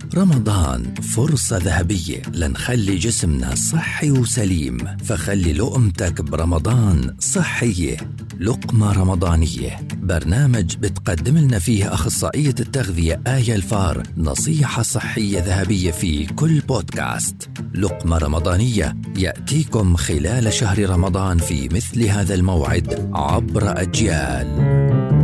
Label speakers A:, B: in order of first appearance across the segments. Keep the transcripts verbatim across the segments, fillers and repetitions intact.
A: رمضان فرصة ذهبية لنخلي جسمنا صحي وسليم، فخلي لقمتك برمضان صحية. لقمة رمضانية، برنامج بتقدم لنا فيه أخصائية التغذية آية الفار نصيحة صحية ذهبية في كل بودكاست. لقمة رمضانية يأتيكم خلال شهر رمضان في مثل هذا الموعد عبر أجيال.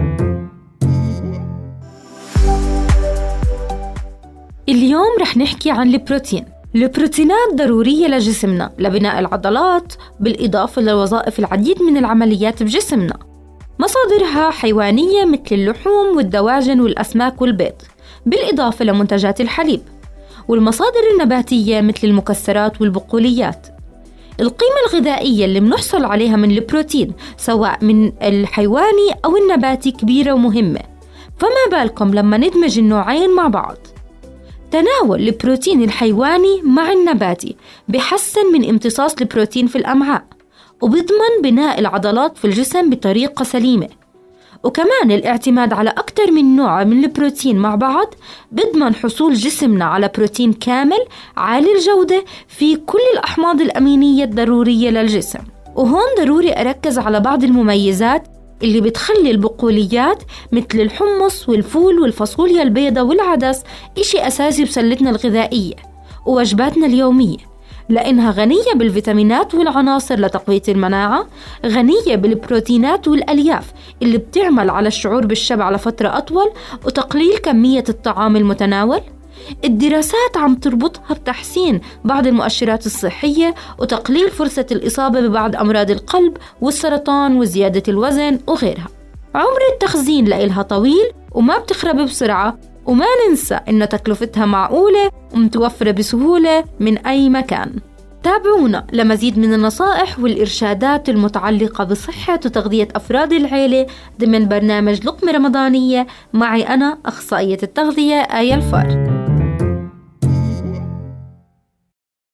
B: اليوم رح نحكي عن البروتين. البروتينات ضرورية لجسمنا لبناء العضلات، بالإضافة لوظائف العديد من العمليات بجسمنا. مصادرها حيوانية مثل اللحوم والدواجن والأسماك والبيض، بالإضافة لمنتجات الحليب. والمصادر النباتية مثل المكسرات والبقوليات. القيمة الغذائية اللي بنحصل عليها من البروتين سواء من الحيواني أو النباتي كبيرة ومهمة، فما بالكم لما ندمج النوعين مع بعض. تناول البروتين الحيواني مع النباتي بحسن من امتصاص البروتين في الأمعاء، وبيضمن بناء العضلات في الجسم بطريقة سليمة. وكمان الاعتماد على أكثر من نوع من البروتين مع بعض بيضمن حصول جسمنا على بروتين كامل عالي الجودة في كل الأحماض الأمينية الضرورية للجسم. وهون ضروري أركز على بعض المميزات اللي بتخلي البقوليات مثل الحمص والفول والفاصوليا البيضاء والعدس إشي أساسي بسلتنا الغذائية ووجباتنا اليومية، لأنها غنية بالفيتامينات والعناصر لتقوية المناعة، غنية بالبروتينات والألياف اللي بتعمل على الشعور بالشبع لفترة أطول وتقليل كمية الطعام المتناول. الدراسات عم تربطها بتحسين بعض المؤشرات الصحية وتقليل فرصة الإصابة ببعض أمراض القلب والسرطان وزيادة الوزن وغيرها. عمر التخزين لإلها طويل وما بتخرب بسرعة، وما ننسى إن تكلفتها معقولة ومتوفرة بسهولة من أي مكان. تابعونا لمزيد من النصائح والإرشادات المتعلقة بصحة وتغذية أفراد العيلة ضمن برنامج لقمة رمضانية معي أنا أخصائية التغذية آية الفار.